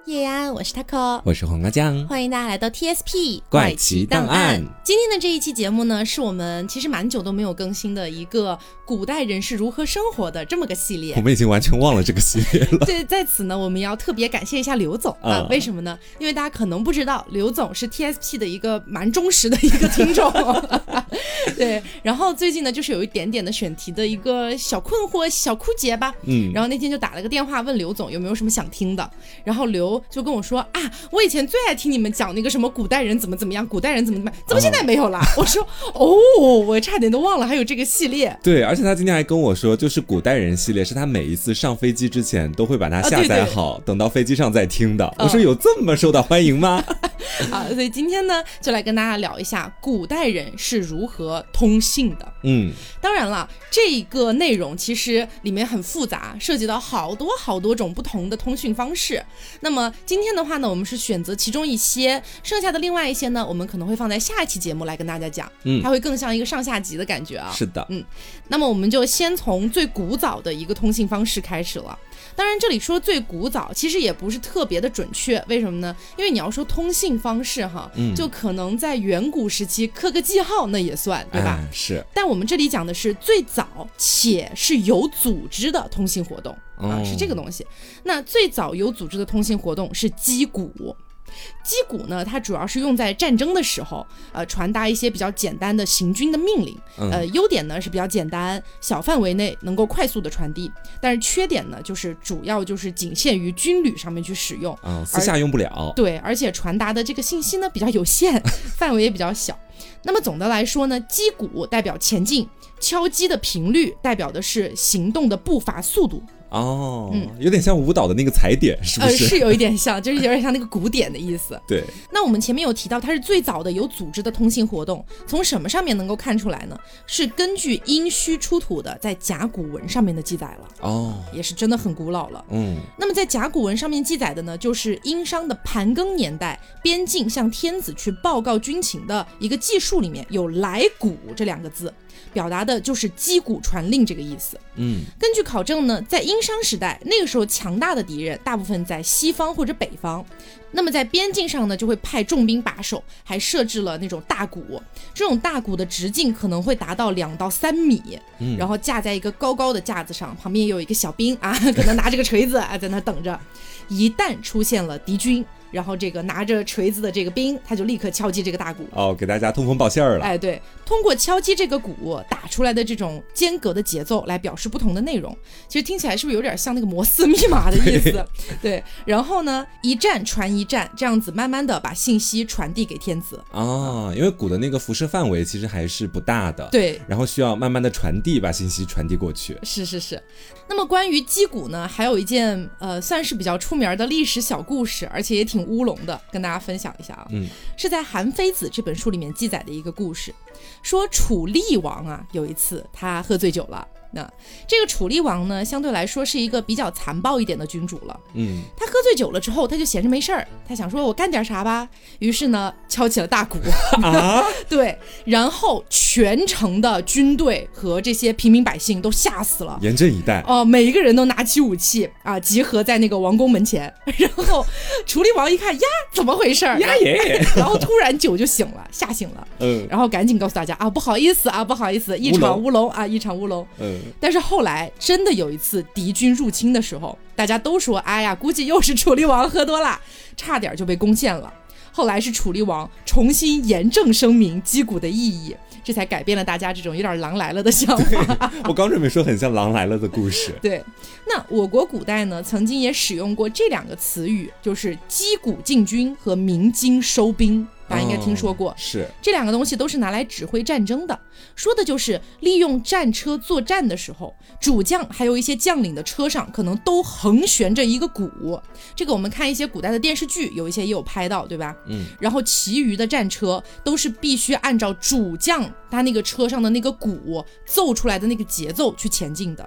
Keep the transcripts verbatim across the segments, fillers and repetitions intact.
叶安，我是 Taco， 我是黄瓜酱， 欢迎大家来到 T S P 怪奇档案。 今天的这一期节目呢，是我们其实蛮久都没有更新的一个古代人是如何生活的这么个系列。 我们已经完全忘了这个系列了。 对，在此呢，我们要特别感谢一下刘总啊、呃，为什么呢？因为大家可能不知道，刘总是 T S P 的一个蛮忠实的一个听众。对，然后最近呢，就是有一点点的选题的一个小困惑、小枯竭吧。嗯，然后那天就打了个电话问刘总有没有什么想听的，然后刘就跟我说啊，我以前最爱听你们讲那个什么古代人怎么怎么样，古代人怎么怎么样，怎么现在没有了？哦、我说哦，我差点都忘了还有这个系列。 对，而且他今天还跟我说，就是古代人系列是他每一次上飞机之前都会把它下载好，啊、对对等到飞机上再听的。我说有这么受到欢迎吗？ 好，所以今天呢，就来跟大家聊一下古代人是如何通信的。嗯，当然了，这个内容其实里面很复杂，涉及到好多好多种不同的通讯方式。那么今天的话呢，我们是选择其中一些，剩下的另外一些呢，我们可能会放在下一期节目来跟大家讲。嗯，它会更像一个上下集的感觉啊。 是的， 嗯，那么我们就先从最古早的一个通信方式开始了。当然这里说最古早其实也不是特别的准确，为什么呢？因为你要说通信方式哈、嗯，就可能在远古时期刻个记号那也算，对吧、 哎、是。 但我们这里讲的是最早且是有组织的通信活动、哦、啊，是这个东西。那最早有组织的通信活动是击鼓。击鼓呢，它主要是用在战争的时候，呃，传达一些比较简单的行军的命令。呃，优点呢是比较简单，小范围内能够快速的传递，但是缺点呢就是主要就是仅限于军旅上面去使用， 嗯，私下用不了。 对，而且传达的这个信息呢比较有限，范围也比较小。那么总的来说呢，击鼓代表前进，敲击的频率代表的是行动的步伐速度。 哦，嗯，有点像舞蹈的那个踩点，是不是？ 呃，是有一点像，就是有点像那个鼓点的意思。 对。 那我们前面有提到，它是最早的有组织的通信活动，从什么上面能够看出来呢？是根据殷墟出土的在甲骨文上面的记载了。哦，也是真的很古老了。嗯。那么在甲骨文上面记载的呢，就是殷商的盘庚年代，边境向天子去报告军情的一个记述里面有来鼓这两个字。表达的就是击鼓传令这个意思。嗯，根据考证呢，在殷商时代，那个时候强大的敌人大部分在西方或者北方，那么在边境上呢，就会派重兵把守，还设置了那种大鼓。这种大鼓的直径可能会达到两到三米，嗯，然后架在一个高高的架子上，旁边有一个小兵啊，可能拿着个锤子啊，在那等着。一旦出现了敌军，然后这个拿着锤子的这个兵，他就立刻敲击这个大鼓。 哦，给大家通风报信儿了。 哎，对，通过敲击这个鼓打出来的这种间隔的节奏来表示不同的内容。其实听起来是不是有点像那个摩斯密码的意思？对, 对，然后呢，一战传一战，这样子慢慢的把信息传递给天子。 哦，因为鼓的那个辐射范围其实还是不大的。 对， 然后需要慢慢的传递，把信息传递过去。 是是是。那么关于击鼓呢，还有一件呃算是比较出名的历史小故事，而且也挺乌龙的，跟大家分享一下啊。嗯，是在《韩非子》这本书里面记载的一个故事，说楚厉王啊，有一次他喝醉酒了。那这个楚厉王呢，相对来说是一个比较残暴一点的君主了。嗯，他喝醉酒了之后，他就闲着没事儿，他想说我干点啥吧，于是呢敲起了大鼓啊，对，然后全城的军队和这些平民百姓都吓死了， 严阵以待哦、呃，每一个人都拿起武器啊，集合在那个王宫门前。然后楚厉王一看呀，怎么回事呀耶， 然后突然酒就醒了，吓醒了，嗯，然后赶紧告诉大家啊，不好意思啊，不好意思，一场乌龙啊，一场乌龙，嗯。但是后来真的有一次敌军入侵的时候，大家都说哎呀，估计又是楚厉王喝多了，差点就被攻陷了。后来是楚厉王重新严正声明击鼓的意义，这才改变了大家这种有点狼来了的想法。 我刚准备说很像狼来了的故事。 对，那我国古代呢，曾经也使用过这两个词语，就是击鼓进军和鸣金收兵。大家应该听说过、哦、 是这两个东西都是拿来指挥战争的，说的就是利用战车作战的时候，主将还有一些将领的车上可能都横悬着一个鼓，这个我们看一些古代的电视剧有一些也有拍到，对吧？嗯，然后其余的战车都是必须按照主将他那个车上的那个鼓奏出来的那个节奏去前进的。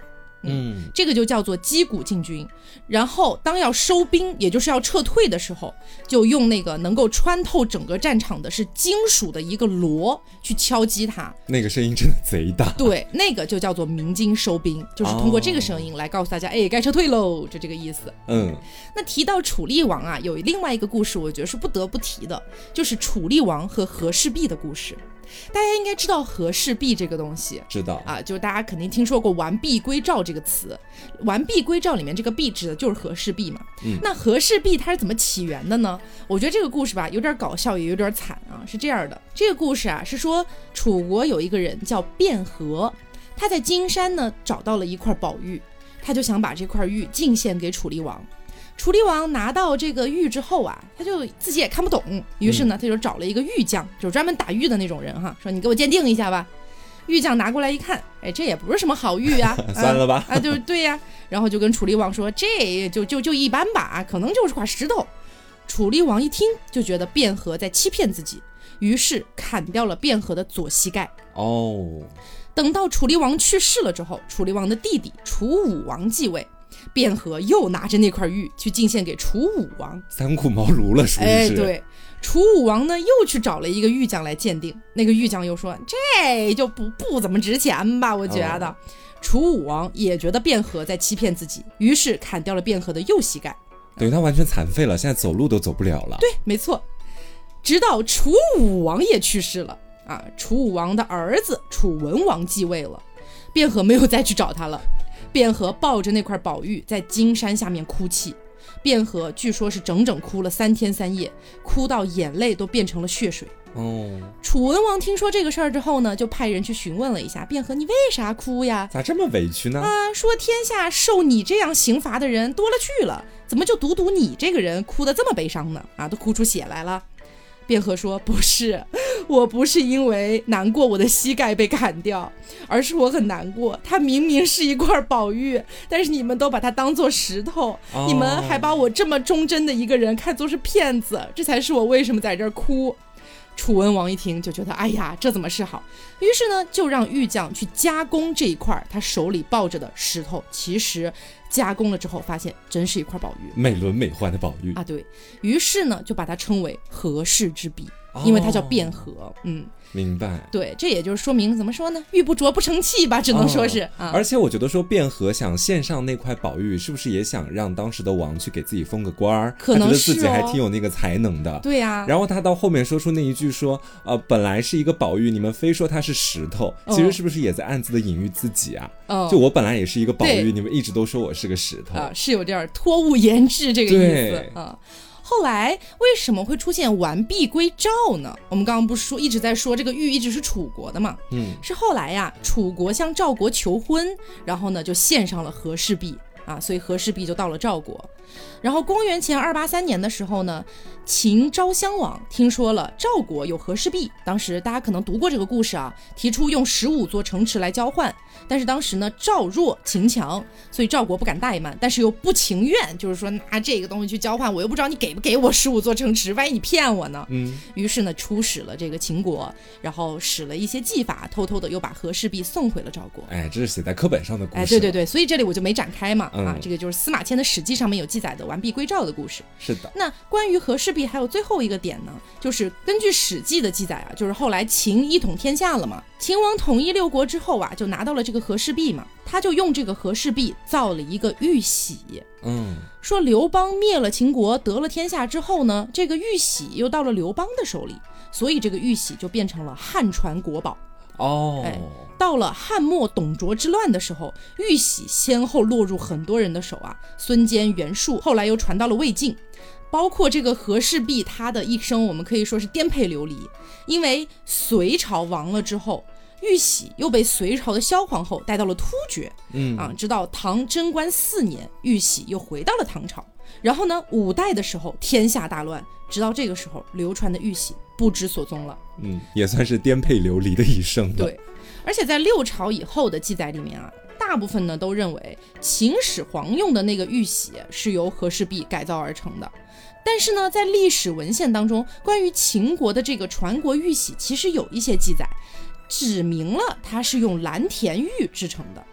嗯，这个就叫做击鼓进军。然后当要收兵，也就是要撤退的时候，就用那个能够穿透整个战场的是金属的一个锣去敲击它， 那个声音真的贼大。 对，那个就叫做鸣金收兵，就是通过这个声音来告诉大家，哎，该撤退喽，就这个意思。嗯，那提到楚厉王啊，有另外一个故事，我觉得是不得不提的，就是楚厉王和和氏璧的故事。大家应该知道和氏璧这个东西， 知道啊，就是大家肯定听说过完璧归赵这个词，完璧归赵里面这个璧指的就是和氏璧嘛。嗯，那和氏璧它是怎么起源的呢？我觉得这个故事吧，有点搞笑，也有点惨啊。是这样的，这个故事啊是说楚国有一个人叫卞和，他在金山呢找到了一块宝玉，他就想把这块玉进献给楚厉王。楚厉王拿到这个玉之后啊，他就自己也看不懂，于是呢他就找了一个玉匠，就是专门打玉的那种人哈，说你给我鉴定一下吧。玉匠拿过来一看，哎，这也不是什么好玉啊， 算了吧， 啊，就是对呀、啊，然后就跟楚厉王说，这就就就一般吧，可能就是块石头。楚厉王一听就觉得卞和在欺骗自己，于是砍掉了卞和的左膝盖。哦，等到楚厉王去世了之后，楚厉王的弟弟楚武王继位。卞和又拿着那块玉去进献给楚武王， 三顾茅庐了，属于是。 哎，对，楚武王呢又去找了一个玉匠来鉴定，那个玉匠又说这就不不怎么值钱吧，我觉得。哦、楚武王也觉得卞和在欺骗自己，于是砍掉了卞和的右膝盖， 等于他完全残废了，现在走路都走不了了。 对，没错。直到楚武王也去世了啊，楚武王的儿子楚文王继位了，卞和没有再去找他了。卞和抱着那块宝玉在金山下面哭泣，卞和据说是整整哭了三天三夜，哭到眼泪都变成了血水。哦，楚文王听说这个事儿之后呢，就派人去询问了一下卞和，你为啥哭呀？ 咋这么委屈呢？ 啊，说天下受你这样刑罚的人多了去了，怎么就独独你这个人哭得这么悲伤呢？啊，都哭出血来了。卞和说，不是，我不是因为难过我的膝盖被砍掉，而是我很难过，它明明是一块宝玉，但是你们都把它当作石头、哦、你们还把我这么忠贞的一个人看作是骗子，这才是我为什么在这儿哭。楚文王一听就觉得，哎呀，这怎么是好？于是呢，就让玉匠去加工这一块他手里抱着的石头，其实加工了之后发现真是一块宝玉， 美轮美奂的宝玉啊！对，于是呢就把它称为和氏之璧，因为它叫卞和。嗯， 明白。 对，这也就是说明怎么说呢，玉不琢不成器吧，只能说是、哦啊、而且我觉得说卞和想献上那块宝玉，是不是也想让当时的王去给自己封个官儿？ 可能是、哦、 他觉得自己还挺有那个才能的。 对呀、啊。 然后他到后面说出那一句说，呃，本来是一个宝玉，你们非说它是石头，其实是不是也在暗自的隐喻自己啊？哦、就我本来也是一个宝玉，你们一直都说我是个石头啊，是有点托物言志这个意思啊。后来为什么会出现完璧归赵呢？我们刚刚不是说一直在说这个玉一直是楚国的嘛？嗯，是后来呀，楚国向赵国求婚，然后呢就献上了和氏璧啊，所以和氏璧就到了赵国。然后公元前二八三年的时候呢，秦昭襄王听说了赵国有和氏璧，当时大家可能读过这个故事啊，提出用十五座城池来交换，但是当时呢赵弱秦强，所以赵国不敢怠慢，但是又不情愿，就是说拿这个东西去交换，我又不知道你给不给我十五座城池，万一你骗我呢？嗯，于是呢出使了这个秦国，然后使了一些技法，偷偷的又把和氏璧送回了赵国。 哎，这是写在课本上的故事。 哎，对对对，所以这里我就没展开嘛。嗯、啊，这个就是司马迁的史记上面有记载的完璧归赵的故事。 是的。 那关于和氏璧还有最后一个点呢，就是根据史记的记载啊，就是后来秦一统天下了嘛，秦王统一六国之后啊，就拿到了这个和氏璧嘛，他就用这个和氏璧造了一个玉玺。嗯，说刘邦灭了秦国得了天下之后呢，这个玉玺又到了刘邦的手里，所以这个玉玺就变成了汉传国宝。哦，哎，到了汉末董卓之乱的时候，玉玺先后落入很多人的手啊，孙坚、袁术，后来又传到了魏晋。包括这个和氏璧，他的一生我们可以说是颠沛流离，因为隋朝亡了之后，玉玺又被隋朝的萧皇后带到了突厥，嗯啊，直到唐贞观四年，玉玺又回到了唐朝。然后呢，五代的时候天下大乱，直到这个时候流传的玉玺不知所踪了。嗯， 也算是颠沛流离的一生了。 对，而且在六朝以后的记载里面啊，大部分呢都认为秦始皇用的那个玉玺是由和氏璧改造而成的。但是呢，在历史文献当中，关于秦国的这个传国玉玺，其实有一些记载，指明了它是用蓝田玉制成的。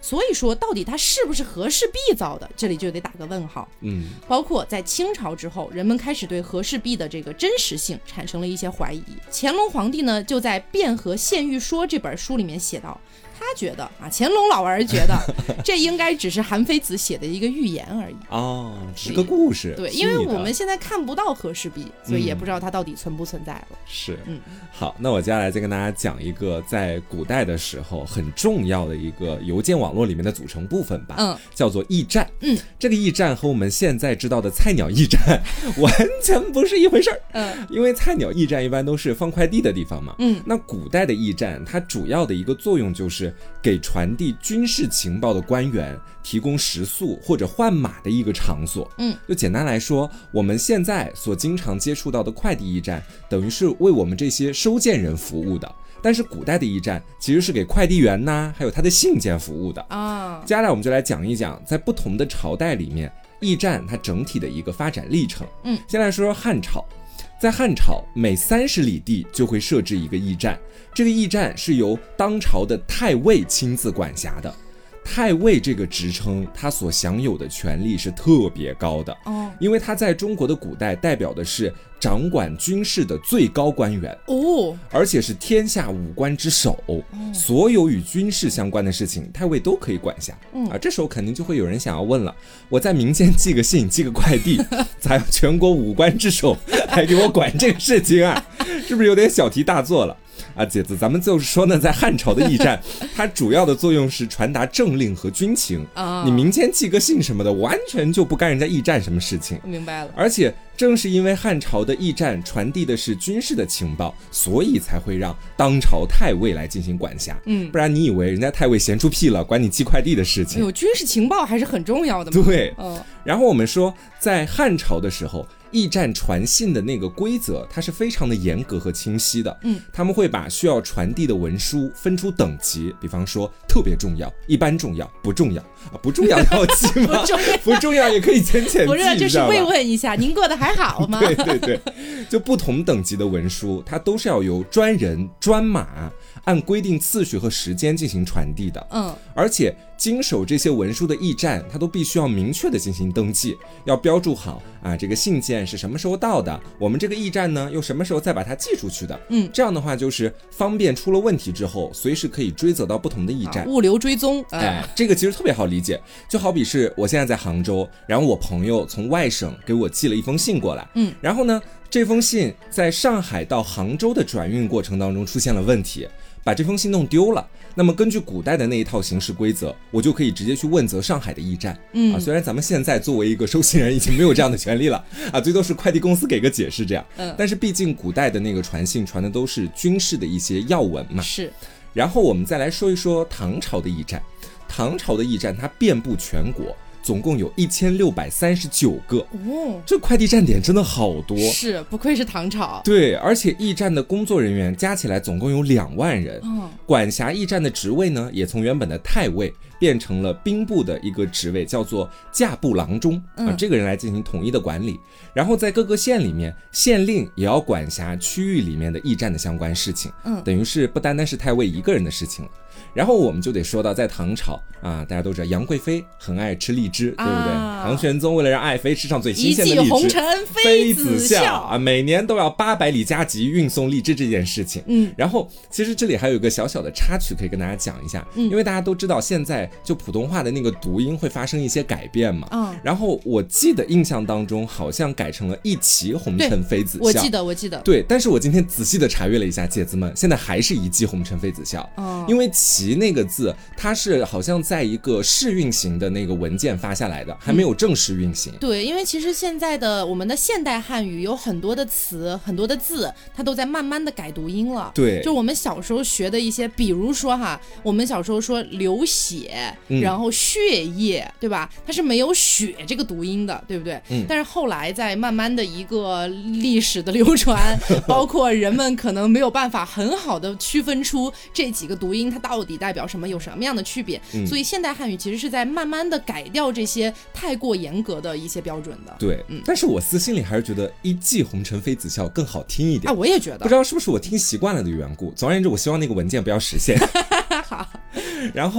所以说到底它是不是和氏璧造的，这里就得打个问号。嗯，包括在清朝之后，人们开始对和氏璧的这个真实性产生了一些怀疑。乾隆皇帝呢就在《卞和献玉说》这本书里面写道，他觉得啊，乾隆老儿觉得这应该只是韩非子写的一个寓言而已哦，是个故事。 对，因为我们现在看不到和氏璧，所以也不知道它到底存不存在了。 嗯、是，嗯，好，那我接下来再跟大家讲一个在古代的时候很重要的一个邮件网络里面的组成部分吧，嗯，叫做驿站。嗯，这个驿站和我们现在知道的菜鸟驿站完全不是一回事儿。嗯，因为菜鸟驿站一般都是放快递的地方嘛。嗯，那古代的驿站它主要的一个作用就是给传递军事情报的官员提供食宿或者换马的一个场所。嗯，就简单来说，我们现在所经常接触到的快递驿站等于是为我们这些收件人服务的，但是古代的驿站其实是给快递员呐还有他的信件服务的啊。接下来我们就来讲一讲在不同的朝代里面驿站它整体的一个发展历程。嗯，先来说说汉朝。在汉朝，每三十里地就会设置一个驿站，这个驿站是由当朝的太尉亲自管辖的。太尉这个职称，他所享有的权力是特别高的哦，因为他在中国的古代代表的是掌管军事的最高官员哦，而且是天下五官之首，哦、所有与军事相关的事情，太尉都可以管辖。嗯啊，这时候肯定就会有人想要问了：我在民间寄个信、寄个快递，咋要全国五官之首还给我管这个事情啊？是不是有点小题大做了？啊，姐子，咱们就是说呢，在汉朝的驿站，它主要的作用是传达政令和军情。啊，你民间寄个信什么的，完全就不干人家驿站什么事情。 明白了。 而且正是因为汉朝的驿站传递的是军事的情报，所以才会让当朝太尉来进行管辖。嗯，不然你以为人家太尉闲出屁了，管你寄快递的事情？ 有军事情报还是很重要的嘛。 对。嗯。然后我们说，在汉朝的时候，驿站传信的那个规则，它是非常的严格和清晰的。嗯，他们会把需要传递的文书分出等级，比方说特别重要、一般重要、不重要啊，不重要要记吗？不, 重不重要也可以浅浅记， 不是，就是慰问一下，您过得还好吗？ 对对对，就不同等级的文书，它都是要由专人专马按规定次序和时间进行传递的。嗯，而且经手这些文书的驿站，它都必须要明确的进行登记，要标注好啊，这个信件是什么时候到的，我们这个驿站呢又什么时候再把它寄出去的。嗯，这样的话就是方便出了问题之后，随时可以追责到不同的驿站， 啊、物流追踪。 哎、呃，这个其实特别好理解，就好比是我现在在杭州，然后我朋友从外省给我寄了一封信过来，嗯，然后呢，这封信在上海到杭州的转运过程当中出现了问题。把这封信弄丢了，那么根据古代的那一套行事规则，我就可以直接去问责上海的驿站。嗯啊，虽然咱们现在作为一个收信人已经没有这样的权利了啊，最多是快递公司给个解释这样。嗯，但是毕竟古代的那个传信传的都是军事的一些要闻嘛。 是。 然后我们再来说一说唐朝的驿站，唐朝的驿站它遍布全国。总共有一千六百三十九个哦，这快递站点真的好多， 是不愧是唐朝。 对，而且驿站的工作人员加起来总共有两万人，哦、管辖驿站的职位呢，也从原本的太尉变成了兵部的一个职位，叫做驾部郎中、嗯、啊，这个人来进行统一的管理。然后在各个县里面，县令也要管辖区域里面的驿站的相关事情，嗯，等于是不单单是太尉一个人的事情了。然后我们就得说到，在唐朝啊，大家都知道杨贵妃很爱吃荔枝，对不对？啊、唐玄宗为了让爱妃吃上最新鲜的荔枝， 一骑红尘妃子笑啊，每年都要八百里加急运送荔枝这件事情。嗯，然后其实这里还有一个小小的插曲可以跟大家讲一下，嗯、因为大家都知道现在就普通话的那个读音会发生一些改变嘛。嗯，然后我记得印象当中好像改成了一骑红尘妃子笑， 我记得我记得。 对，但是我今天仔细的查阅了一下，姐子们现在还是一骑红尘妃子笑，哦、因为骑那个字它是好像在一个试运行的那个文件发下来的，还没有正式运行。 嗯、对，因为其实现在的我们的现代汉语有很多的词很多的字它都在慢慢的改读音了。 对， 就我们小时候学的一些，比如说哈，我们小时候说流血、嗯、然后血液，对吧，它是没有血这个读音的，对不对？嗯，但是后来在慢慢的一个历史的流传包括人们可能没有办法很好的区分出这几个读音它到底代表什么，有什么样的区别、嗯、所以现代汉语其实是在慢慢的改掉这些太过严格的一些标准的。 对、嗯、但是我私心里还是觉得一骑红尘妃子笑更好听一点啊，我也觉得， 不知道是不是我听习惯了的缘故。总而言之，我希望那个文件不要实现好， 然后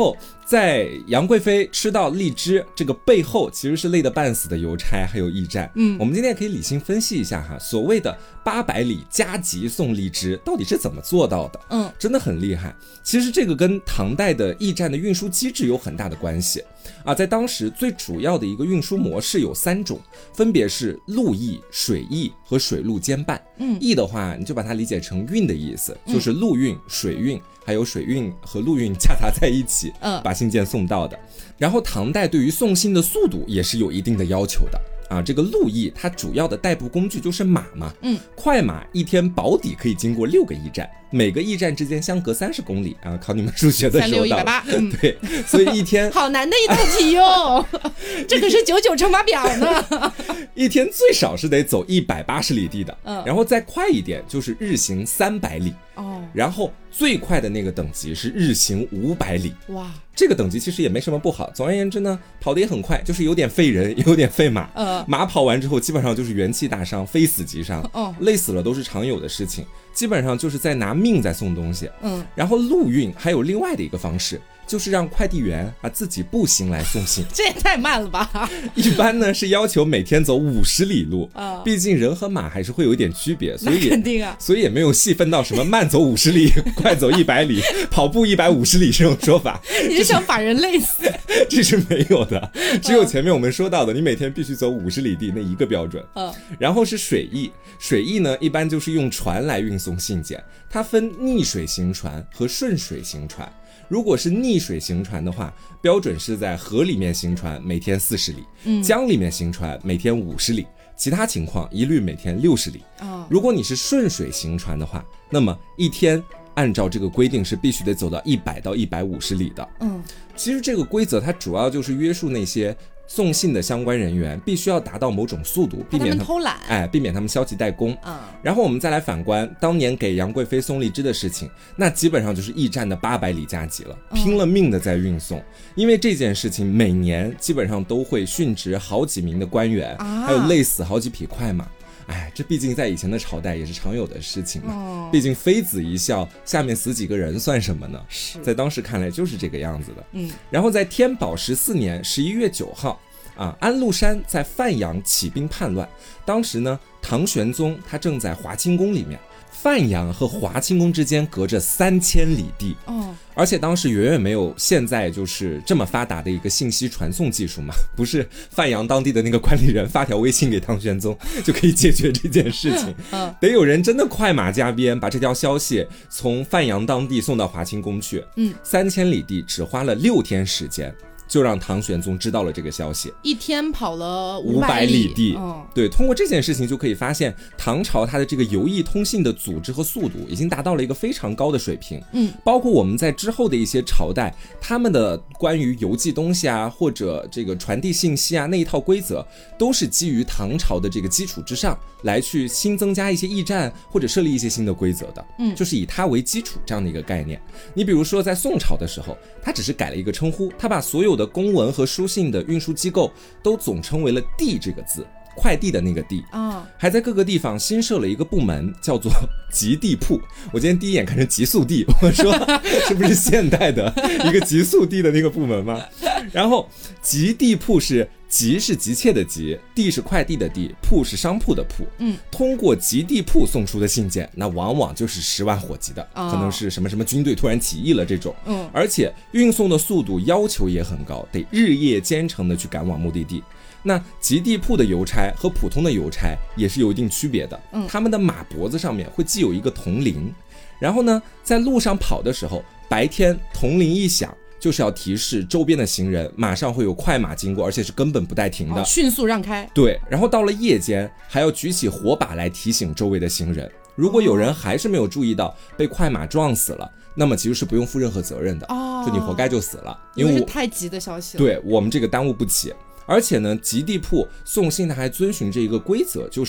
在杨贵妃吃到荔枝这个背后，其实是累得半死的邮差还有驿站。嗯，我们今天可以理性分析一下哈，所谓的八百里加急送荔枝到底是怎么做到的？嗯，真的很厉害。其实这个跟唐代的驿站的运输机制有很大的关系啊。在当时最主要的一个运输模式有三种，分别是陆驿、水驿和水陆兼办。嗯，驿的话你就把它理解成运的意思，就是陆运、水运还有水运和陆运夹杂在一起，嗯，把信件送到的。然后唐代对于送信的速度也是有一定的要求的啊。这个陆驿它主要的代步工具就是马嘛，嗯，快马一天保底可以经过六个驿站，每个驿站之间相隔三十公里啊。考你们数学的时候，三六一百八， 对，所以一天好难的一道题哟，这可是九九乘法表呢。 一天最少是得走一百八十里地的，嗯，然后再快一点就是日行三百里哦，然后最快的那个等级是日行五百里。哇，这个等级其实也没什么不好。总而言之呢，跑得也很快，就是有点费人，有点费马。呃，马跑完之后，基本上就是元气大伤，非死即伤。哦，累死了都是常有的事情，基本上就是在拿命在送东西。嗯，然后陆运还有另外的一个方式，就是让快递员啊自己步行来送信。 这也太慢了吧！ 一般呢是要求每天走五十里路，啊，毕竟人和马还是会有一点区别，所以肯定啊， 所以也没有细分到什么慢走五十里、快走一百里、跑步一百五十里这种说法。 你是想把人累死？ 这是没有的，只有前面我们说到的，你每天必须走五十里地那一个标准。嗯，然后是水驿，水驿呢一般就是用船来运送信件，它分逆水行船和顺水行船。如果是逆水行船的话，标准是在河里面行船，每天四十里，嗯，江里面行船每天五十里，其他情况一律每天六十里。哦，如果你是顺水行船的话，那么一天按照这个规定是必须得走到一百到一百五十里的。嗯，其实这个规则它主要就是约束那些送信的相关人员必须要达到某种速度，避免他们偷懒， 哎，避免他们消极怠工。嗯，然后我们再来反观当年给杨贵妃送荔枝的事情，那基本上就是驿站的八百里加急了，拼了命的在运送。因为这件事情每年基本上都会殉职好几名的官员，啊，还有累死好几匹快马。哎，这毕竟在以前的朝代也是常有的事情嘛。哦，毕竟妃子一笑，下面死几个人算什么呢？是，在当时看来就是这个样子的。嗯，然后在天宝十四年十一月九号，啊，安禄山在范阳起兵叛乱，当时呢，唐玄宗他正在华清宫里面。范阳和华清宫之间隔着三千里地，哦，而且当时远远没有现在就是这么发达的一个信息传送技术嘛，不是范阳当地的那个管理人发条微信给唐玄宗就可以解决这件事情，嗯，得有人真的快马加鞭把这条消息从范阳当地送到华清宫去，嗯，三千里地只花了六天时间。就让唐玄宗知道了这个消息， 一天跑了五百里地。哦，对，通过这件事情就可以发现，唐朝它的这个邮驿通信的组织和速度已经达到了一个非常高的水平。嗯，包括我们在之后的一些朝代，他们的关于邮寄东西啊，或者这个传递信息啊那一套规则，都是基于唐朝的这个基础之上来去新增加一些驿站或者设立一些新的规则的。嗯，就是以它为基础这样的一个概念。你比如说在宋朝的时候，它只是改了一个称呼，它把所有的公文和书信的运输机构都总称为了递这个字，快递的那个递，哦，还在各个地方新设了一个部门，叫做急递铺。我今天第一眼看成极速递，我说是不是现代的一个极速递的那个部门吗？然后急递铺是急是急切的急，递是快递的递，铺是商铺的铺。嗯，通过急递铺送出的信件，那往往就是十万火急的，哦，可能是什么什么军队突然起义了这种。嗯，而且运送的速度要求也很高，得日夜兼程的去赶往目的地。那急递铺的邮差和普通的邮差也是有一定区别的，嗯，他们的马脖子上面会系有一个铜铃，然后呢，在路上跑的时候，白天铜铃一响，就是要提示周边的行人马上会有快马经过，而且是根本不带停的，哦， 迅速让开。 对，然后到了夜间还要举起火把来提醒周围的行人，如果有人还是没有注意到被快马撞死了，那么其实是不用负任何责任的，哦，就你活该就死了， 因为是太急的消息了， 对，我们这个耽误不起。而且呢，急递铺送信它还遵循着一个规则，就是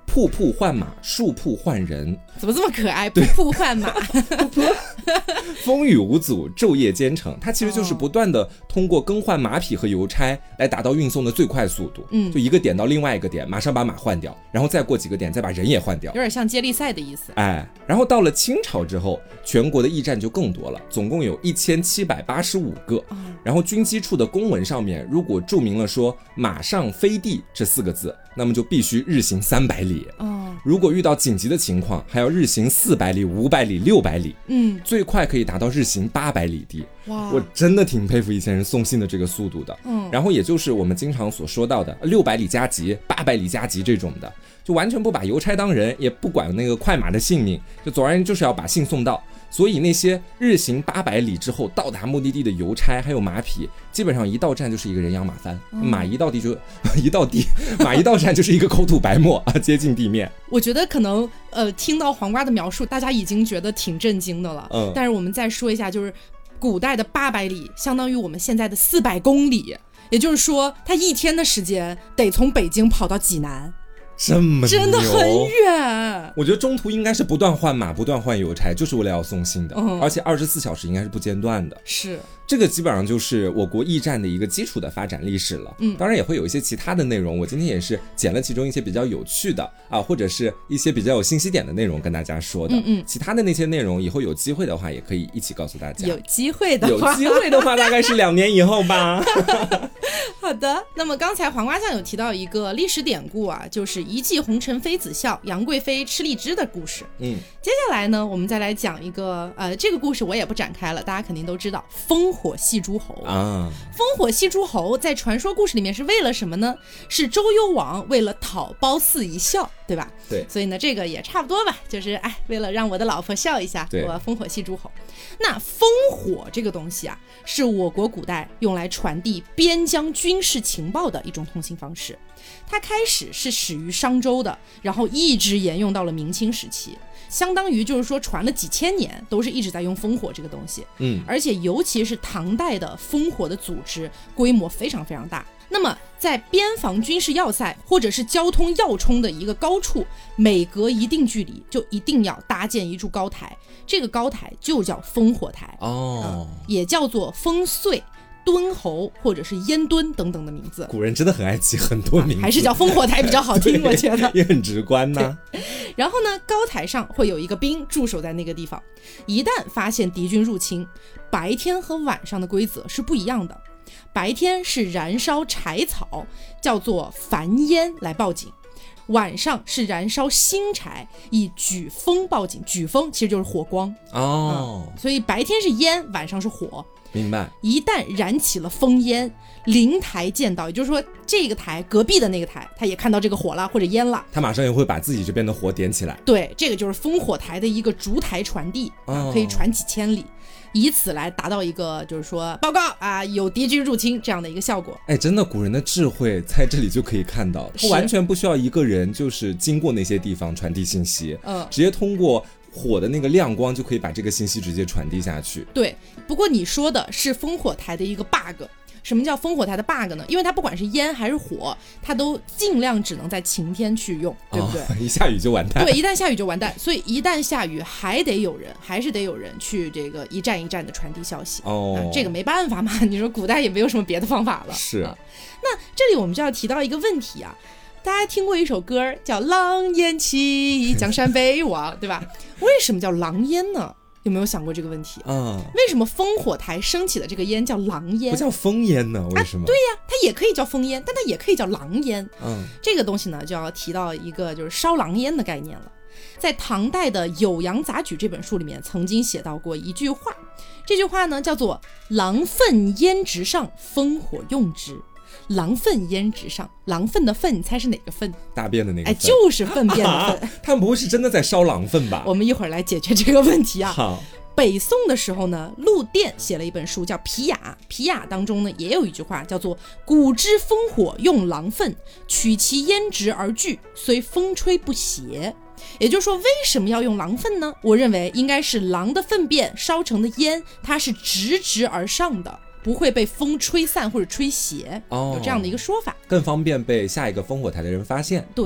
瀑布换马，树瀑换人。 怎么这么可爱？瀑布换马， 风雨无阻，昼夜兼程。它其实就是不断的通过更换马匹和邮差来达到运送的最快速度。嗯，就一个点到另外一个点，马上把马换掉，然后再过几个点再把人也换掉， 有点像接力赛的意思。 哎，然后到了清朝之后，全国的驿站就更多了，总共有一千七百八十五个。哦，然后军机处的公文上面，如果注明了说马上飞地这四个字，那么就必须日行三百里。哦，如果遇到紧急的情况，还要日行四百里、五百里、六百里。嗯，最快可以达到日行八百里地。哇，我真的挺佩服以前人送信的这个速度的。嗯，然后也就是我们经常所说到的六百里加急、八百里加急这种的，就完全不把邮差当人，也不管那个快马的性命，就总而言之就是要把信送到。所以那些日行八百里之后到达目的地的邮差还有马匹，基本上一到站就是一个人仰马翻，嗯、马一到地就一到地，马一到站就是一个口吐白沫啊，接近地面。 我觉得可能呃听到黄瓜的描述，大家已经觉得挺震惊的了。嗯，但是我们再说一下，就是古代的八百里相当于我们现在的四百公里，也就是说，他一天的时间得从北京跑到济南。 这么牛， 真的很远。 我觉得中途应该是不断换马，不断换邮差，就是为了要送信的。嗯，而且二十四小时应该是不间断的。 是， 这个基本上就是我国驿站的一个基础的发展历史了。嗯，当然也会有一些其他的内容，我今天也是捡了其中一些比较有趣的啊，或者是一些比较有信息点的内容跟大家说的。嗯嗯，其他的那些内容以后有机会的话，也可以一起告诉大家。 有机会的话， 有机会的话，大概是两年以后吧。 好的，那么刚才黄瓜酱有提到一个历史典故啊，就是一骑红尘妃子笑，杨贵妃吃荔枝的故事。嗯，接下来呢，我们再来讲一个呃，这个故事我也不展开了，大家肯定都知道，烽火戏诸侯啊。烽火戏诸侯在传说故事里面是为了什么呢？是周幽王为了讨褒姒一笑，对吧？ 对， 所以呢，这个也差不多吧，就是哎，为了让我的老婆笑一下，我烽火戏诸侯。那烽火这个东西啊，是我国古代用来传递边疆军事情报的一种通信方式。它开始是始于商周的，然后一直沿用到了明清时期，相当于就是说传了几千年，都是一直在用烽火这个东西。嗯，而且尤其是唐代的烽火的组织规模非常非常大。那么在边防军事要塞或者是交通要冲的一个高处，每隔一定距离就一定要搭建一柱高台，这个高台就叫烽火台。哦、嗯，也叫做烽燧、敦侯或者是烟墩等等的名字。 古人真的很爱起很多名字， 还是叫烽火台比较好听，我觉得也很直观呢、啊。 然后呢，高台上会有一个兵驻守在那个地方，一旦发现敌军入侵，白天和晚上的规则是不一样的。白天是燃烧柴草，叫做繁烟来报警；晚上是燃烧新柴，以举风报警。举风其实就是火光哦、嗯，所以白天是烟，晚上是火。 明白。 一旦燃起了烽烟，邻台见到，也就是说这个台隔壁的那个台，他也看到这个火了或者烟了， 他马上也会把自己这边的火点起来。 对，这个就是烽火台的一个烛台传递、哦、可以传几千里，以此来达到一个就是说报告啊，有敌军入侵这样的一个效果。 哎，真的古人的智慧在这里就可以看到，他完全不需要一个人就是经过那些地方传递信息，嗯，直接通过火的那个亮光就可以把这个信息直接传递下去。 对，不过你说的是烽火台的一个 bug。什么叫烽火台的 bug 呢？因为它不管是烟还是火，它都尽量只能在晴天去用，对不对？哦、 一下雨就完蛋。 对，一旦下雨就完蛋。所以一旦下雨，还得有人，还是得有人去这个一站一站的传递消息。哦、啊，这个没办法嘛。你说古代也没有什么别的方法了。 是。 啊、那这里我们就要提到一个问题啊，大家听过一首歌叫《狼烟起，江山北望》，对吧？为什么叫狼烟呢？有没有想过这个问题？嗯，为什么烽火台升起的这个烟叫狼烟， 不叫烽烟呢？为什么？ 啊、对呀、啊，它也可以叫烽烟，但它也可以叫狼烟。嗯，这个东西呢，就要提到一个就是烧狼烟的概念了。在唐代的《酉阳杂举》这本书里面，曾经写到过一句话，这句话呢叫做“狼粪烟直上，烽火用之”。狼粪烟直上，狼粪的粪，你猜是哪个粪？ 大便的那个粪。 哎，就是粪便的粪。 啊、他们不会是真的在烧狼粪吧？ 我们一会儿来解决这个问题啊。 好。 北宋的时候呢，陆佃写了一本书叫《皮雅》，皮雅当中呢也有一句话叫做“古之烽火用狼粪，取其烟直而聚，虽风吹不斜”。也就是说，为什么要用狼粪呢？我认为应该是狼的粪便烧成的烟，它是直直而上的，不会被风吹散或者吹斜、哦、有这样的一个说法， 更方便被下一个烽火台的人发现。 对，但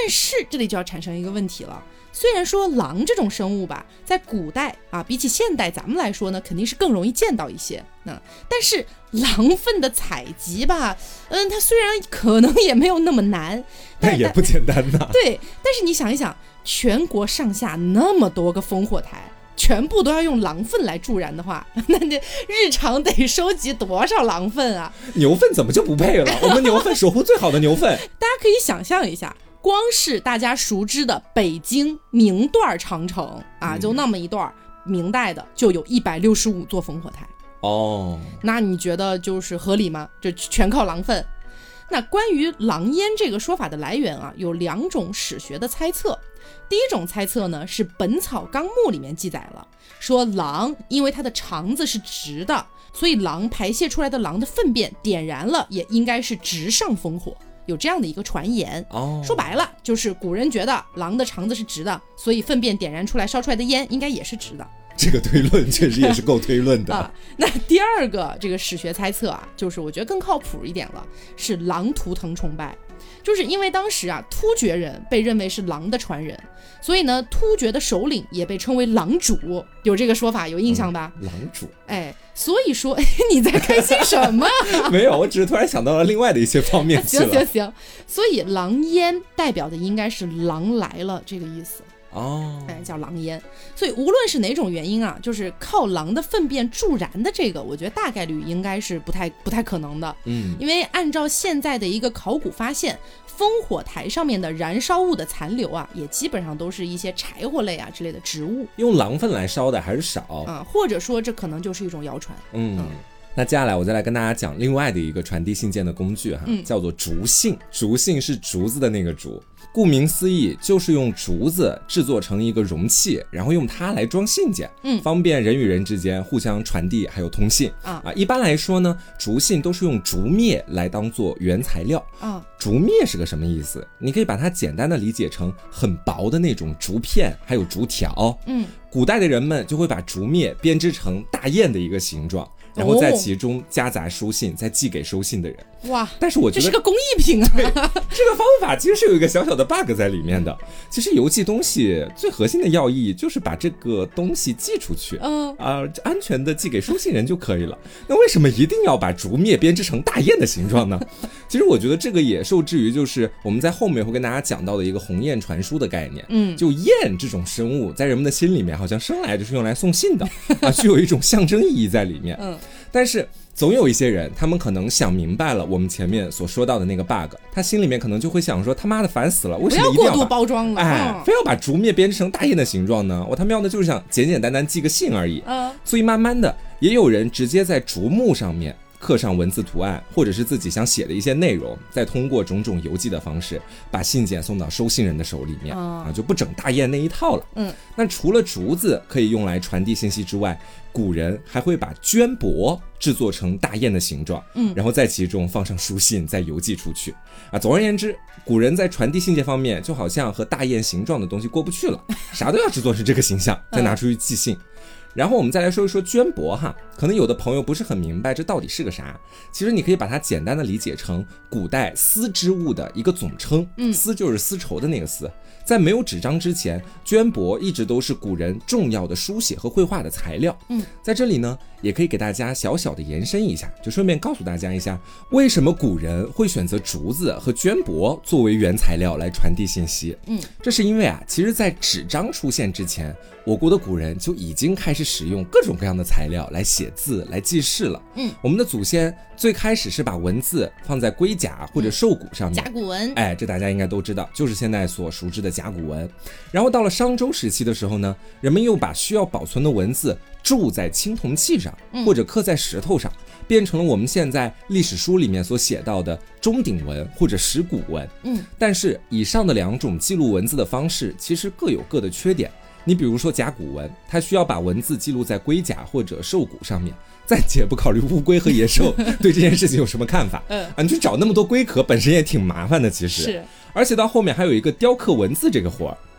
但是这里就要产生一个问题了，虽然说狼这种生物吧，在古代啊，比起现代咱们来说呢，肯定是更容易见到一些。那但是狼粪的采集吧，嗯，它虽然可能也没有那么难， 但也不简单呐。 对，但是你想一想，全国上下那么多个烽火台，全部都要用狼粪来助燃的话，那你日常得收集多少狼粪啊？ 牛粪怎么就不配了？我们牛粪守护最好的牛粪。 大家可以想象一下，光是大家熟知的北京明段长城啊，就那么一段明代的，就有一百六十五座烽火台。哦，那你觉得就是合理吗？就全靠狼粪？那关于狼烟这个说法的来源啊，有两种史学的猜测。第一种猜测呢，是《本草纲目》里面记载了，说狼因为它的肠子是直的，所以狼排泄出来的狼的粪便点燃了，也应该是直上烽火，有这样的一个传言。哦，说白了就是古人觉得狼的肠子是直的，所以粪便点燃出来烧出来的烟应该也是直的。 这个推论确实也是够推论的。 啊，那第二个这个史学猜测啊，就是我觉得更靠谱一点了，是狼图腾崇拜。就是因为当时啊，突厥人被认为是狼的传人，所以呢，突厥的首领也被称为狼主，有这个说法，有印象吧？ 嗯、狼主， 哎，所以说你在开心什么？ 没有，我只是突然想到了另外的一些方面去了。 行行行，所以狼烟代表的应该是狼来了这个意思。哦，哎，叫狼烟。所以无论是哪种原因啊，就是靠狼的粪便助燃的这个，我觉得大概率应该是不太不太可能的。嗯，因为按照现在的一个考古发现，烽火台上面的燃烧物的残留啊，也基本上都是一些柴火类啊之类的植物， 用狼粪来烧的还是少啊，或者说这可能就是一种谣传。嗯。嗯， 那接下来我再来跟大家讲另外的一个传递信件的工具哈，嗯、叫做竹信。竹信是竹子的那个竹，顾名思义就是用竹子制作成一个容器，然后用它来装信件，嗯，方便人与人之间互相传递还有通信啊。啊，一般来说呢，竹信都是用竹篾来当做原材料啊。竹篾是个什么意思？你可以把它简单的理解成很薄的那种竹片，还有竹条。嗯，古代的人们就会把竹篾编织成大雁的一个形状。然后在其中夹杂书信，再寄给收信的人。哇！但是我觉得这是个工艺品啊。 对，这个方法其实是有一个小小的 bug 在里面的。其实邮寄东西最核心的要义就是把这个东西寄出去，嗯啊、呃，安全的寄给收信人就可以了。那为什么一定要把竹篾编织成大雁的形状呢？其实我觉得这个也受制于就是我们在后面会跟大家讲到的一个鸿雁传书的概念。嗯，就雁这种生物在人们的心里面好像生来就是用来送信的啊，具有一种象征意义在里面。嗯。但是总有一些人，他们可能想明白了我们前面所说到的那个 bug， 他心里面可能就会想说，他妈的烦死了，为什么一定要把不要过度包装了， 哎，嗯、非要把竹篾编织成大雁的形状呢？我他喵的就是想简简单单寄个信而已。嗯，所以慢慢的，也有人直接在竹木上面刻上文字图案，或者是自己想写的一些内容，再通过种种邮寄的方式，把信件送到收信人的手里面、哦、啊，就不整大雁那一套了。嗯，那除了竹子可以用来传递信息之外，古人还会把绢帛制作成大雁的形状，嗯，然后在其中放上书信，再邮寄出去。啊，总而言之，古人在传递信件方面，就好像和大雁形状的东西过不去了，啥都要制作成这个形象，再拿出去寄信。嗯，然后我们再来说一说绢帛哈，可能有的朋友不是很明白这到底是个啥。其实你可以把它简单的理解成古代丝织物的一个总称，嗯，丝就是丝绸的那个丝。在没有纸张之前，绢帛一直都是古人重要的书写和绘画的材料。嗯，在这里呢，也可以给大家小小的延伸一下，就顺便告诉大家一下，为什么古人会选择竹子和绢帛作为原材料来传递信息。嗯，这是因为啊，其实在纸张出现之前，我国的古人就已经开始使用各种各样的材料来写字、来记事了。嗯，我们的祖先最开始是把文字放在龟甲或者兽骨上面， 甲骨文， 哎，这大家应该都知道，就是现在所熟知的甲骨文。然后到了商周时期的时候呢，人们又把需要保存的文字铸在青铜器上，或者刻在石头上，变成了我们现在历史书里面所写到的钟鼎文或者石鼓文。嗯，但是以上的两种记录文字的方式其实各有各的缺点。你比如说甲骨文，它需要把文字记录在龟甲或者兽骨上面，暂且不考虑乌龟和野兽对这件事情有什么看法。嗯啊，你去找那么多龟壳本身也挺麻烦的，其实是。而且到后面还有一个雕刻文字这个活儿，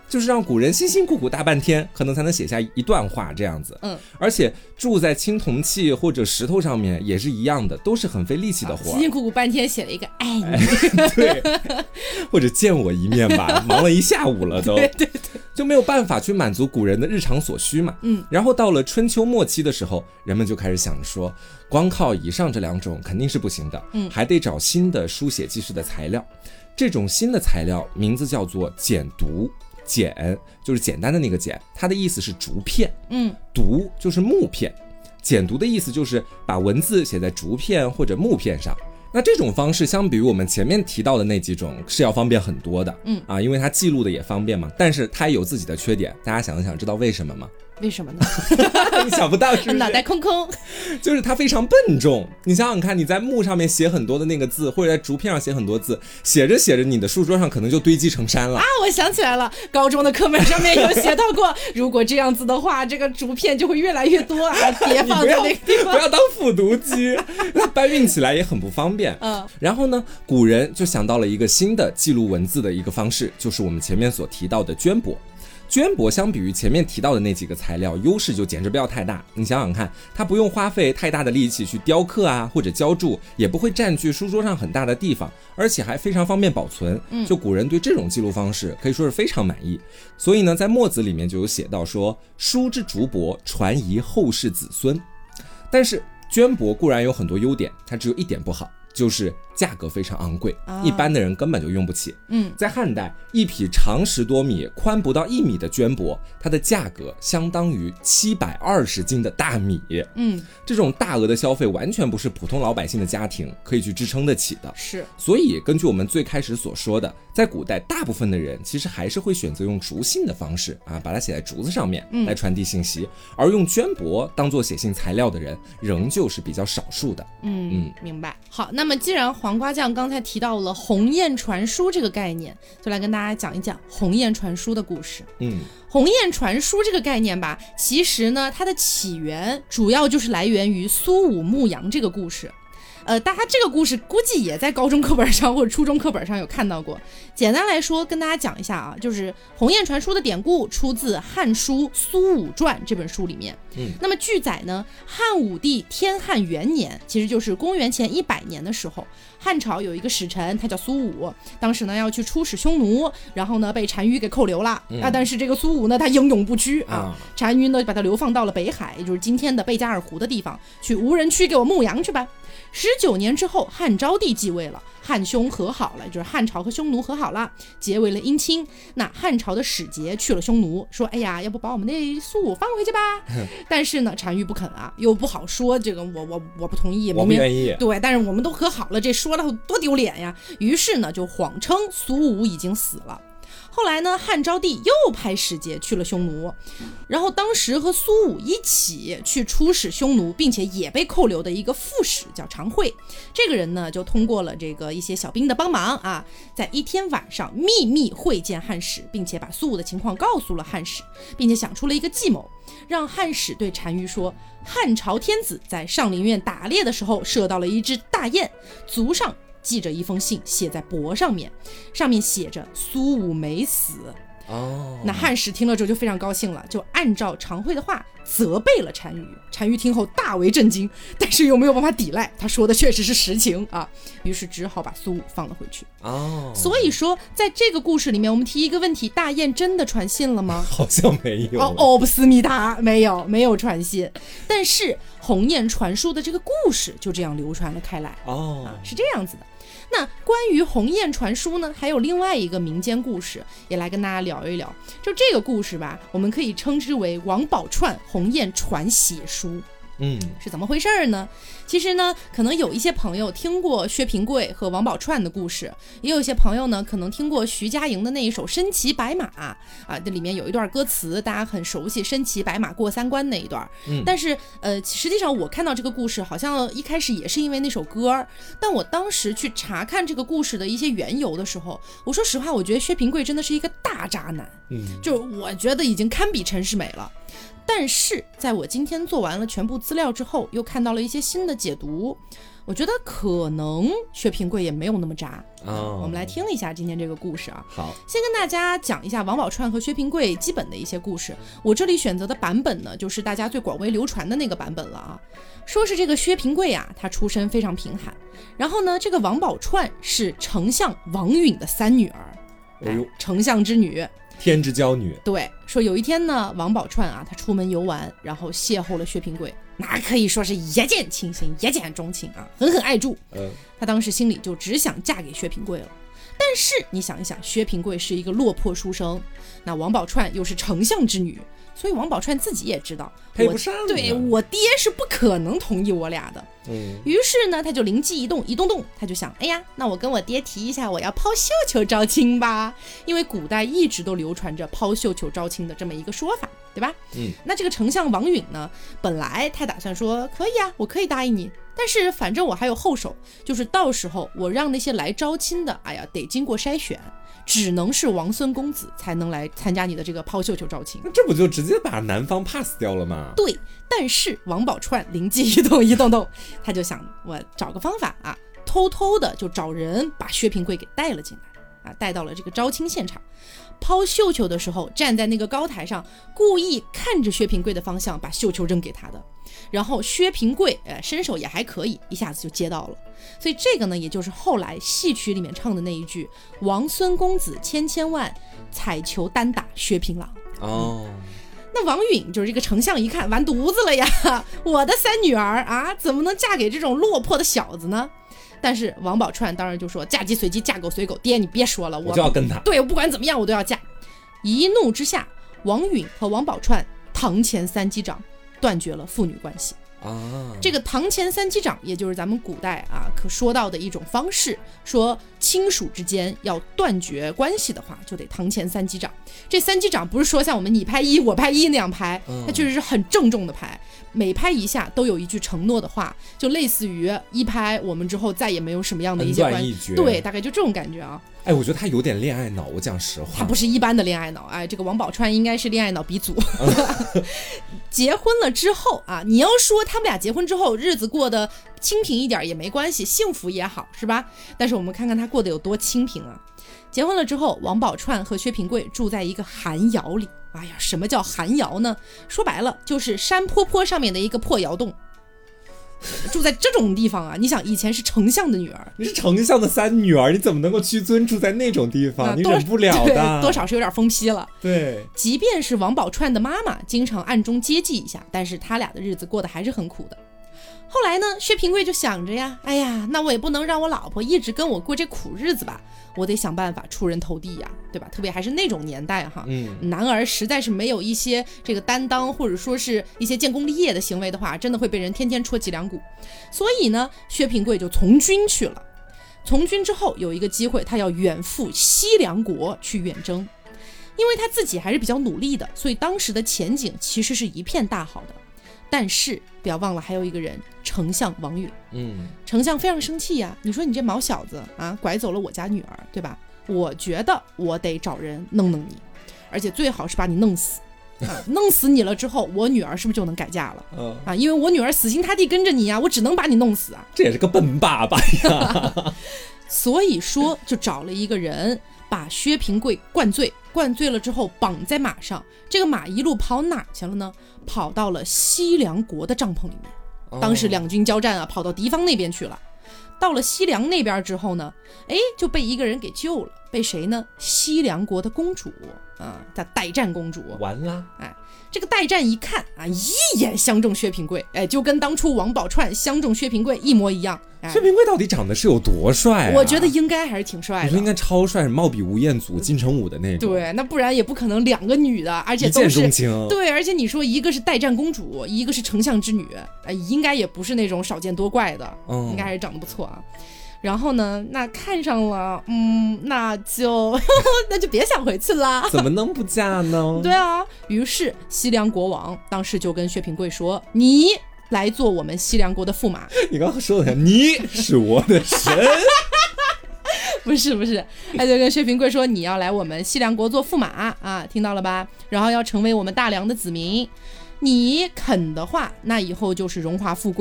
就是让古人辛辛苦苦大半天，可能才能写下一段话这样子。嗯，而且住在青铜器或者石头上面也是一样的，都是很费力气的活。 辛辛苦苦半天写了一个爱你， 哎、对，或者见我一面吧，忙了一下午了都， 对对对， 就没有办法去满足古人的日常所需嘛。嗯，然后到了春秋末期的时候，人们就开始想说，光靠以上这两种肯定是不行的，嗯，还得找新的书写记事的材料。这种新的材料名字叫做简牍，简就是简单的那个简，它的意思是竹片，嗯，牍就是木片，简牍的意思就是把文字写在竹片或者木片上。那这种方式相比于我们前面提到的那几种是要方便很多的，嗯啊，因为它记录的也方便嘛，但是它也有自己的缺点，大家想一想，知道为什么吗？ 为什么呢？ 你想不到是不是？ 脑袋空空， 就是它非常笨重。你想想看，你在木上面写很多的那个字，或者在竹片上写很多字，写着写着，你的书桌上可能就堆积成山了啊！我想起来了，高中的课本上面有写到过，如果这样子的话，这个竹片就会越来越多啊，叠放在那个地方。 不要当复读机，那搬运起来也很不方便。嗯，然后呢，古人就想到了一个新的记录文字的一个方式，就是我们前面所提到的绢帛。绢帛相比于前面提到的那几个材料，优势就简直不要太大。你想想看，它不用花费太大的力气去雕刻啊，或者浇筑，也不会占据书桌上很大的地方，而且还非常方便保存。就古人对这种记录方式可以说是非常满意。所以呢，在墨子里面就有写到说，书之竹帛，传遗后世子孙。但是绢帛固然有很多优点，它只有一点不好，就是价格非常昂贵，啊、一般的人根本就用不起。嗯，在汉代，一匹长十多米、宽不到一米的绢帛，它的价格相当于七百二十斤的大米。嗯，这种大额的消费完全不是普通老百姓的家庭可以去支撑得起的。 是， 所以根据我们最开始所说的，在古代大部分的人其实还是会选择用竹信的方式啊，把它写在竹子上面来传递信息，嗯、而用绢帛当做写信材料的人，仍旧是比较少数的。 嗯嗯，明白。好，那么既然黄瓜酱刚才提到了鸿雁传书这个概念，就来跟大家讲一讲鸿雁传书的故事。嗯，鸿雁传书这个概念吧，其实呢，它的起源主要就是来源于苏武牧羊这个故事。呃，大家这个故事估计也在高中课本上或者初中课本上有看到过。简单来说，跟大家讲一下啊，就是鸿雁传书的典故出自《汉书·苏武传》这本书里面。嗯，那么据载呢，汉武帝天汉元年，其实就是公元前一百年的时候，汉朝有一个使臣，他叫苏武，当时呢要去出使匈奴，然后呢被单于给扣留了、嗯、啊。但是这个苏武呢，他英勇不屈啊，单于呢把他流放到了北海，也就是今天的贝加尔湖的地方，去无人区给我牧羊去吧。十九年之后，汉昭帝继位了，汉匈和好了，就是汉朝和匈奴和好了，结为了姻亲。那汉朝的使节去了匈奴，说：“哎呀，要不把我们那苏武放回去吧？”但是呢，单于不肯啊，又不好说这个我我我不同意， 我不愿意。 对，但是我们都和好了，这说了多丢脸呀！于是呢，就谎称苏武已经死了。后来呢，汉昭帝又派使节去了匈奴，然后当时和苏武一起去出使匈奴，并且也被扣留的一个副使叫常惠，这个人呢就通过了这个一些小兵的帮忙啊，在一天晚上秘密会见汉使，并且把苏武的情况告诉了汉使，并且想出了一个计谋，让汉使对单于说，汉朝天子在上林苑打猎的时候射到了一只大雁，足上记着一封信，写在帛上面，上面写着苏武没死。哦，那汉使听了之后就非常高兴了，就按照常惠的话责备了单于。单于听后大为震惊，但是又没有办法抵赖，他说的确实是实情啊，于是只好把苏武放了回去。哦，所以说在这个故事里面，我们提一个问题：大雁真的传信了吗？ 好像没有。 哦哦，不思密达，没有，没有传信。但是鸿雁传书的这个故事就这样流传了开来。哦，啊、是这样子的。那关于鸿雁传书呢，还有另外一个民间故事，也来跟大家聊一聊。就这个故事吧，我们可以称之为王宝钏鸿雁传血书。嗯，是怎么回事呢？其实呢，可能有一些朋友听过薛平贵和王宝钏的故事，也有一些朋友呢可能听过徐佳莹的那一首《身骑白马》啊，这里面有一段歌词大家很熟悉，身骑白马过三关那一段。嗯，但是呃，实际上我看到这个故事好像一开始也是因为那首歌，但我当时去查看这个故事的一些缘由的时候，我说实话，我觉得薛平贵真的是一个大渣男。嗯，就我觉得已经堪比陈世美了。但是在我今天做完了全部资料之后，又看到了一些新的解读。 我觉得可能薛平贵也没有那么渣。哦，我们来听一下今天这个故事啊。 好， 先跟大家讲一下王宝钏和薛平贵基本的一些故事。我这里选择的版本呢，就是大家最广为流传的那个版本了啊。说是这个薛平贵啊，他出身非常贫寒，然后呢，这个王宝钏是丞相王允的三女儿，哎呦，丞相之女。 天之娇女。 对，说有一天呢，王宝钏啊，她出门游玩，然后邂逅了薛平贵，那可以说是一见倾心，一见钟情啊，狠狠爱住。嗯，她当时心里就只想嫁给薛平贵了。但是你想一想，薛平贵是一个落魄书生，那王宝钏又是丞相之女，所以王宝钏自己也知道配不上， 对我爹是不可能同意我俩的。嗯，于是呢，他就灵机一动，一动动，他就想，哎呀，那我跟我爹提一下，我要抛绣球招亲吧，因为古代一直都流传着抛绣球招亲的这么一个说法，对吧？嗯，那这个丞相王允呢，本来他打算说，可以啊，我可以答应你，但是反正我还有后手，就是到时候我让那些来招亲的，哎呀，得经过筛选。只能是王孙公子才能来参加你的这个抛绣球招亲， 那这不就直接把男方 pass 掉了吗？ 对，但是王宝钏灵机一动一动动，他就想我找个方法啊，偷偷的就找人把薛平贵给带了进来啊，带到了这个招亲现场。抛绣球的时候，站在那个高台上，故意看着薛平贵的方向，把绣球扔给他的。然后薛平贵，呃，身手也还可以，一下子就接到了。所以这个呢，也就是后来戏曲里面唱的那一句“王孙公子千千万，彩球单打薛平郎”。哦。嗯，那王允就是这个丞相一看完犊子了呀，我的三女儿啊，怎么能嫁给这种落魄的小子呢？但是王宝钏当然就说嫁鸡随鸡，嫁狗随狗，爹你别说了，我, 我就要跟他， 对，我不管怎么样我都要嫁。一怒之下，王允和王宝钏堂前三击掌，断绝了父女关系。啊，这个堂前三击掌也就是咱们古代啊可说到的一种方式，说亲属之间要断绝关系的话，就得堂前三击掌。这三击掌不是说像我们你拍一我拍一那样拍，它确实是很郑重的拍，每拍一下都有一句承诺的话，就类似于一拍我们之后再也没有什么样的一些关系，对，大概就这种感觉啊。 哎，我觉得他有点恋爱脑，我讲实话， 他不是一般的恋爱脑。哎，这个王宝钏应该是恋爱脑鼻祖。结婚了之后啊，你要说他们俩结婚之后日子过得清贫一点也没关系，幸福也好，是吧？但是我们看看他过得有多清贫啊。结婚了之后，王宝钏和薛平贵住在一个寒窑里。哎呀，什么叫寒窑呢？说白了就是山坡坡上面的一个破窑洞。住在这种地方啊，你想以前是丞相的女儿， 你是丞相的三女儿，你怎么能够屈尊住在那种地方？你忍不了的， 多少是有点疯批了。 对， 即便是王宝钏的妈妈经常暗中接济一下，但是他俩的日子过得还是很苦的。后来呢，薛平贵就想着呀，哎呀，那我也不能让我老婆一直跟我过这苦日子吧，我得想办法出人头地呀，对吧？特别还是那种年代哈，嗯，男儿实在是没有一些这个担当，或者说是一些建功立业的行为的话，真的会被人天天戳脊梁骨。所以呢，薛平贵就从军去了。从军之后有一个机会，他要远赴西凉国去远征，因为他自己还是比较努力的，所以当时的前景其实是一片大好的。但是不要忘了还有一个人，丞相王允。嗯，丞相非常生气呀、啊，你说你这毛小子啊，拐走了我家女儿，对吧？我觉得我得找人弄弄你，而且最好是把你弄死。啊、弄死你了之后，我女儿是不是就能改嫁了？嗯、啊，因为我女儿死心塌地跟着你啊，我只能把你弄死啊。 这也是个笨爸爸呀。 所以说，就找了一个人把薛平贵灌醉，灌醉了之后绑在马上，这个马一路跑哪去了呢？跑到了西凉国的帐篷里面。当时两军交战啊，跑到敌方那边去了。到了西凉那边之后呢，哎，就被一个人给救了。被谁呢？西凉国的公主啊，叫代战公主。 完了， 哎，这个代战一看啊，一眼相中薛平贵，哎，就跟当初王宝钏相中薛平贵一模一样。哎、 薛平贵到底长得是有多帅、啊？ 我觉得应该还是挺帅的。 我觉得应该超帅，貌比吴彦祖、金城武的那种。 对，那不然也不可能两个女的，而且都是一见钟情。 对，而且你说一个是代战公主，一个是丞相之女，哎，应该也不是那种少见多怪的，嗯、应该还是长得不错啊。然后呢，那看上了，嗯，那就那就别想回去啦。 怎么能不嫁呢？ 对啊，于是西凉国王当时就跟薛平贵说：“你来做我们西凉国的驸马。” 你刚刚说的，你是我的神。 不是不是，他就跟薛平贵说：“你要来我们西凉国做驸马啊，听到了吧？然后要成为我们大梁的子民。你肯的话，那以后就是荣华富贵了。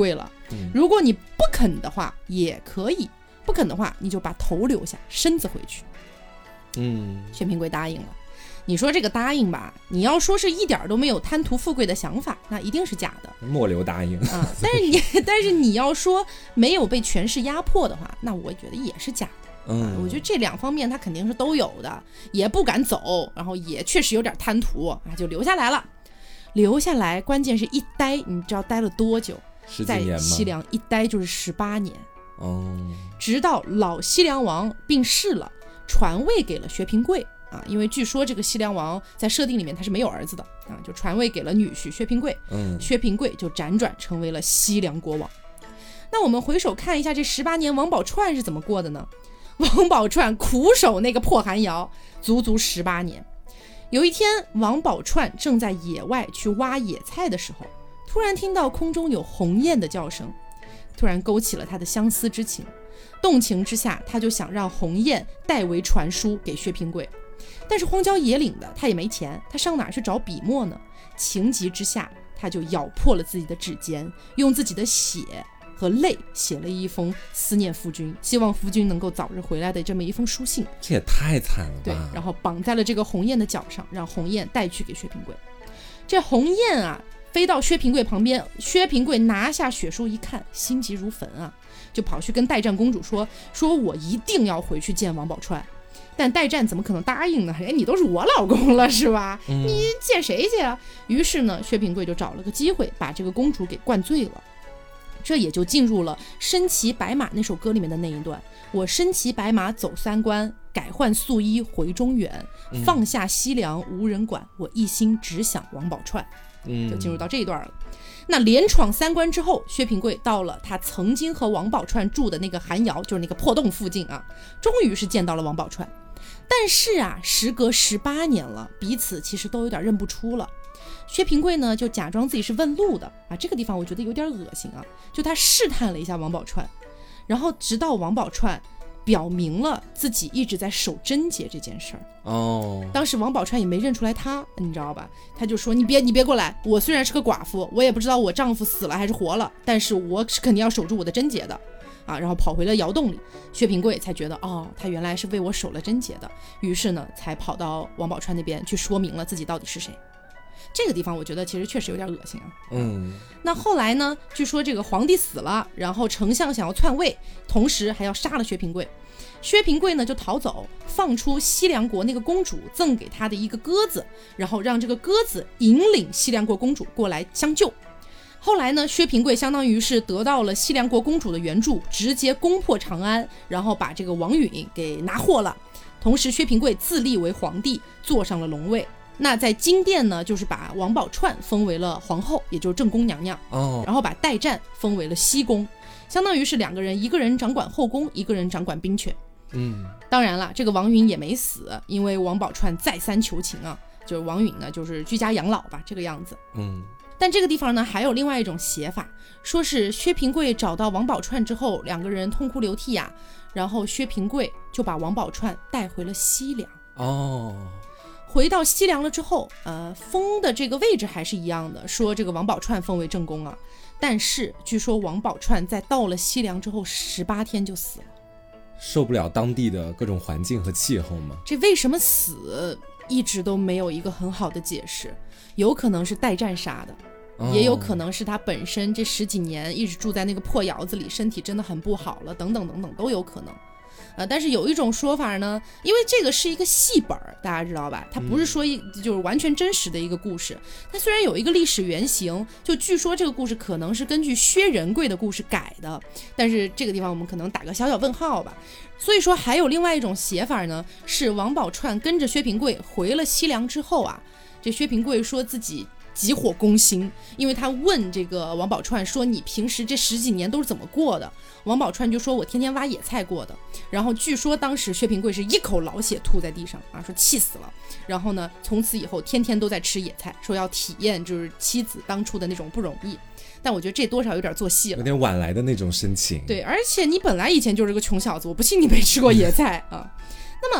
嗯、如果你不肯的话也可以，不肯的话你就把头留下，身子回去。嗯，薛平贵答应了。你说这个答应吧，你要说是一点都没有贪图富贵的想法，那一定是假的。 末流答应啊，但是你但是你要说没有被权势压迫的话，那我觉得也是假的。嗯、啊，我觉得这两方面他肯定是都有的，也不敢走，然后也确实有点贪图啊，就留下来了。留下来，关键是一待，你知道待了多久？ 十几年吗？ 在西凉一待就是十八年。哦，直到老西凉王病逝了，传位给了薛平贵。啊，因为据说这个西凉王在设定里面他是没有儿子的啊，就传位给了女婿薛平贵，嗯，薛平贵就辗转成为了西凉国王。那我们回首看一下这十八年王宝钏是怎么过的呢？王宝钏苦守那个破寒窑，足足十八年。有一天，王宝钏正在野外去挖野菜的时候，突然听到空中有鸿雁的叫声，突然勾起了他的相思之情。动情之下，他就想让鸿雁代为传书给薛平贵。但是荒郊野岭的，他也没钱，他上哪去找笔墨呢？情急之下，他就咬破了自己的指尖，用自己的血和泪写了一封思念夫君，希望夫君能够早日回来的这么一封书信。 这也太惨了吧。 对，然后绑在了这个鸿雁的脚上，让鸿雁带去给薛平贵。这鸿雁啊飞到薛平贵旁边，薛平贵拿下血书一看，心急如焚啊，就跑去跟代战公主说说我一定要回去见王宝钏。但代战怎么可能答应呢？哎，你都是我老公了是吧？嗯、你见谁去啊？于是呢，薛平贵就找了个机会把这个公主给灌醉了。这也就进入了身骑白马那首歌里面的那一段：我身骑白马走三关，改换素衣回中原，放下西凉无人管，我一心只想王宝钏。嗯，就进入到这一段了。那连闯三关之后，薛平贵到了他曾经和王宝钏住的那个寒窑，就是那个破洞附近啊，终于是见到了王宝钏。但是啊，时隔十八年了，彼此其实都有点认不出了。薛平贵呢，就假装自己是问路的啊，这个地方我觉得有点恶心啊。就他试探了一下王宝钏，然后直到王宝钏表明了自己一直在守贞节这件事儿。哦，当时王宝钏也没认出来他，你知道吧？他就说：“你别，你别过来！我虽然是个寡妇，我也不知道我丈夫死了还是活了，但是我是肯定要守住我的贞节的。”啊，然后跑回了窑洞里，薛平贵才觉得哦，他原来是为我守了贞节的，于是呢，才跑到王宝钏那边去说明了自己到底是谁。这个地方我觉得其实确实有点恶心啊。嗯，那后来呢，据说这个皇帝死了，然后丞相想要篡位，同时还要杀了薛平贵。薛平贵呢就逃走，放出西凉国那个公主赠给他的一个鸽子，然后让这个鸽子引领西凉国公主过来相救。后来呢，薛平贵相当于是得到了西凉国公主的援助，直接攻破长安，然后把这个王允给拿获了。同时，薛平贵自立为皇帝，坐上了龙位。那在金殿呢，就是把王宝钏封为了皇后，也就是正宫娘娘。哦，然后把代战封为了西宫，相当于是两个人，一个人掌管后宫，一个人掌管兵权。嗯，当然了，这个王允也没死，因为王宝钏再三求情啊，就是王允呢，就是居家养老吧，这个样子。嗯。但这个地方呢，还有另外一种写法，说是薛平贵找到王宝钏之后，两个人痛哭流涕呀、啊，然后薛平贵就把王宝钏带回了西凉。哦，回到西凉了之后，呃，封的这个位置还是一样的，说这个王宝钏封为正宫啊。但是据说王宝钏在到了西凉之后，十八天就死了， 受不了当地的各种环境和气候吗？ 这为什么死，一直都没有一个很好的解释。有可能是代战杀的，也有可能是他本身这十几年一直住在那个破窑子里，身体真的很不好了，等等等等都有可能。呃，但是有一种说法呢，因为这个是一个戏本，大家知道吧？它不是说一就是完全真实的一个故事。它虽然有一个历史原型，就据说这个故事可能是根据薛仁贵的故事改的，但是这个地方我们可能打个小小问号吧。所以说还有另外一种写法呢，是王宝钏跟着薛平贵回了西凉之后啊，这薛平贵说自己急火攻心，因为他问这个王宝钏说你平时这十几年都是怎么过的，王宝钏就说我天天挖野菜过的，然后据说当时薛平贵是一口老血吐在地上啊，说气死了，然后呢从此以后天天都在吃野菜，说要体验就是妻子当初的那种不容易。但我觉得这多少有点做戏了， 有点晚来的那种深情。 对，而且你本来以前就是个穷小子，我不信你没吃过野菜啊。那么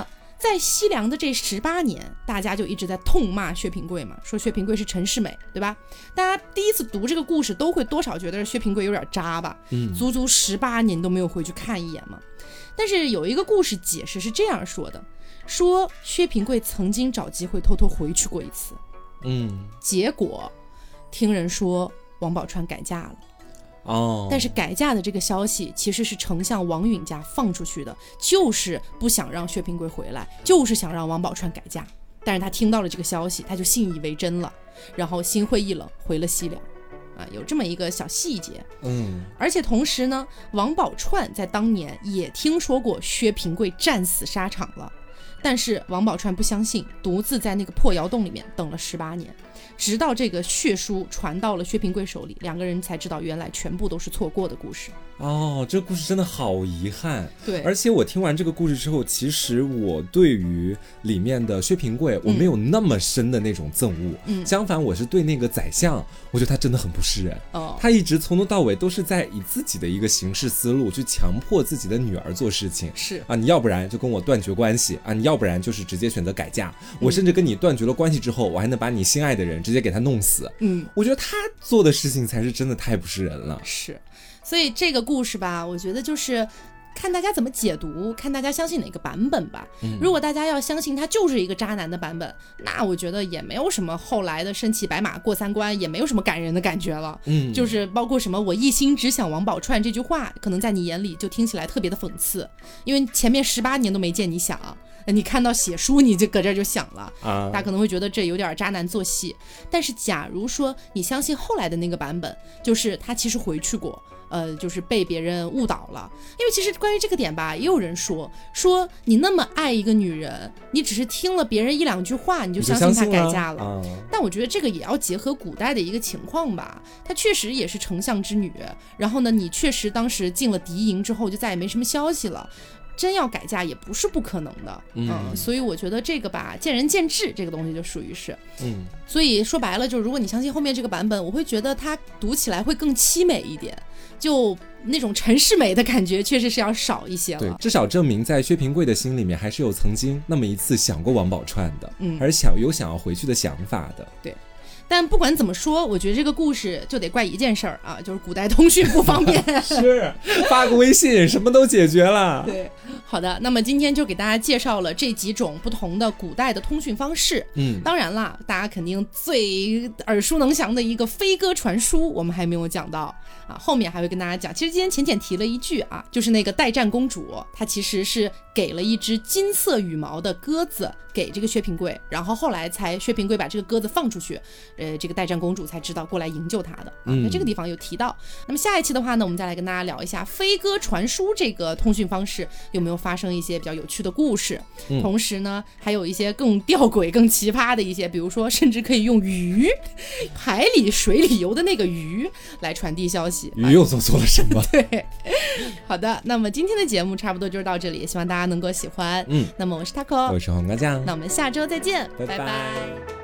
在西凉的这十八年，大家就一直在痛骂薛平贵嘛，说薛平贵是陈世美，对吧？大家第一次读这个故事都会多少觉得薛平贵有点渣吧，嗯，足足十八年都没有回去看一眼嘛。但是有一个故事解释是这样说的，说薛平贵曾经找机会偷偷回去过一次，嗯，结果听人说王宝钏改嫁了。哦，但是改嫁的这个消息其实是丞相王允家放出去的，就是不想让薛平贵回来，就是想让王宝钏改嫁。但是他听到了这个消息，他就信以为真了，然后心灰意冷回了西凉。啊，有这么一个小细节。嗯，而且同时呢，王宝钏在当年也听说过薛平贵战死沙场了，但是王宝钏不相信，独自在那个破窑洞里面等了十八年。直到这个血书传到了薛平贵手里，两个人才知道原来全部都是错过的故事。 哦，这故事真的好遗憾。 对， 而且我听完这个故事之后，其实我对于里面的薛平贵我没有那么深的那种憎恶，嗯，相反我是对那个宰相，我觉得他真的很不是人。哦，他一直从头到尾都是在以自己的一个行事思路去强迫自己的女儿做事情。 是啊，你要不然就跟我断绝关系啊，你要不然就是直接选择改嫁。我甚至跟你断绝了关系之后，我还能把你心爱的人直接给他弄死。嗯，我觉得他做的事情才是真的太不是人了。 是。所以这个故事吧，我觉得就是看大家怎么解读，看大家相信哪个版本吧。嗯，如果大家要相信他就是一个渣男的版本，那我觉得也没有什么后来的身骑白马过三关，也没有什么感人的感觉了。嗯，就是包括什么我一心只想王宝钏这句话，可能在你眼里就听起来特别的讽刺，因为前面十八年都没见你想，你看到写书你就搁这就想了啊，大家可能会觉得这有点渣男做戏。但是假如说你相信后来的那个版本，就是他其实回去过，呃，就是被别人误导了。因为其实关于这个点吧，也有人说说你那么爱一个女人，你只是听了别人一两句话你就相信她改嫁了，了、嗯、但我觉得这个也要结合古代的一个情况吧，她确实也是丞相之女，然后呢你确实当时进了敌营之后就再也没什么消息了，真要改嫁也不是不可能的。 嗯, 嗯，所以我觉得这个吧见仁见智，这个东西就属于是嗯，所以说白了，就如果你相信后面这个版本，我会觉得它读起来会更凄美一点，就那种陈世美的感觉确实是要少一些了。 对，至少证明在薛平贵的心里面还是有曾经那么一次想过王宝钏的，嗯，还是想有想要回去的想法的。 对，但不管怎么说，我觉得这个故事就得怪一件事儿啊，就是古代通讯不方便。 是，发个微信什么都解决了。 对，好的，那么今天就给大家介绍了这几种不同的古代的通讯方式。嗯，当然啦，大家肯定最耳熟能详的一个飞鸽传书，我们还没有讲到啊，后面还会跟大家讲。其实今天浅浅提了一句啊，就是那个代战公主，她其实是给了一只金色羽毛的鸽子给这个薛平贵，然后后来才薛平贵把这个鸽子放出去，呃，这个代战公主才知道过来营救他的啊，在这个地方有提到。那么下一期的话呢，我们再来跟大家聊一下飞鸽传书这个通讯方式有没有发生一些比较有趣的故事，嗯、同时呢，还有一些更吊诡、更奇葩的一些，比如说甚至可以用鱼，海里、水里游的那个鱼来传递消息。 鱼又做错了什么？ 对，好的，那么今天的节目差不多就是到这里，也希望大家能够喜欢。嗯，那么我是 Taco， 我是黄瓜酱， 那我们下周再见， 拜拜。 拜拜。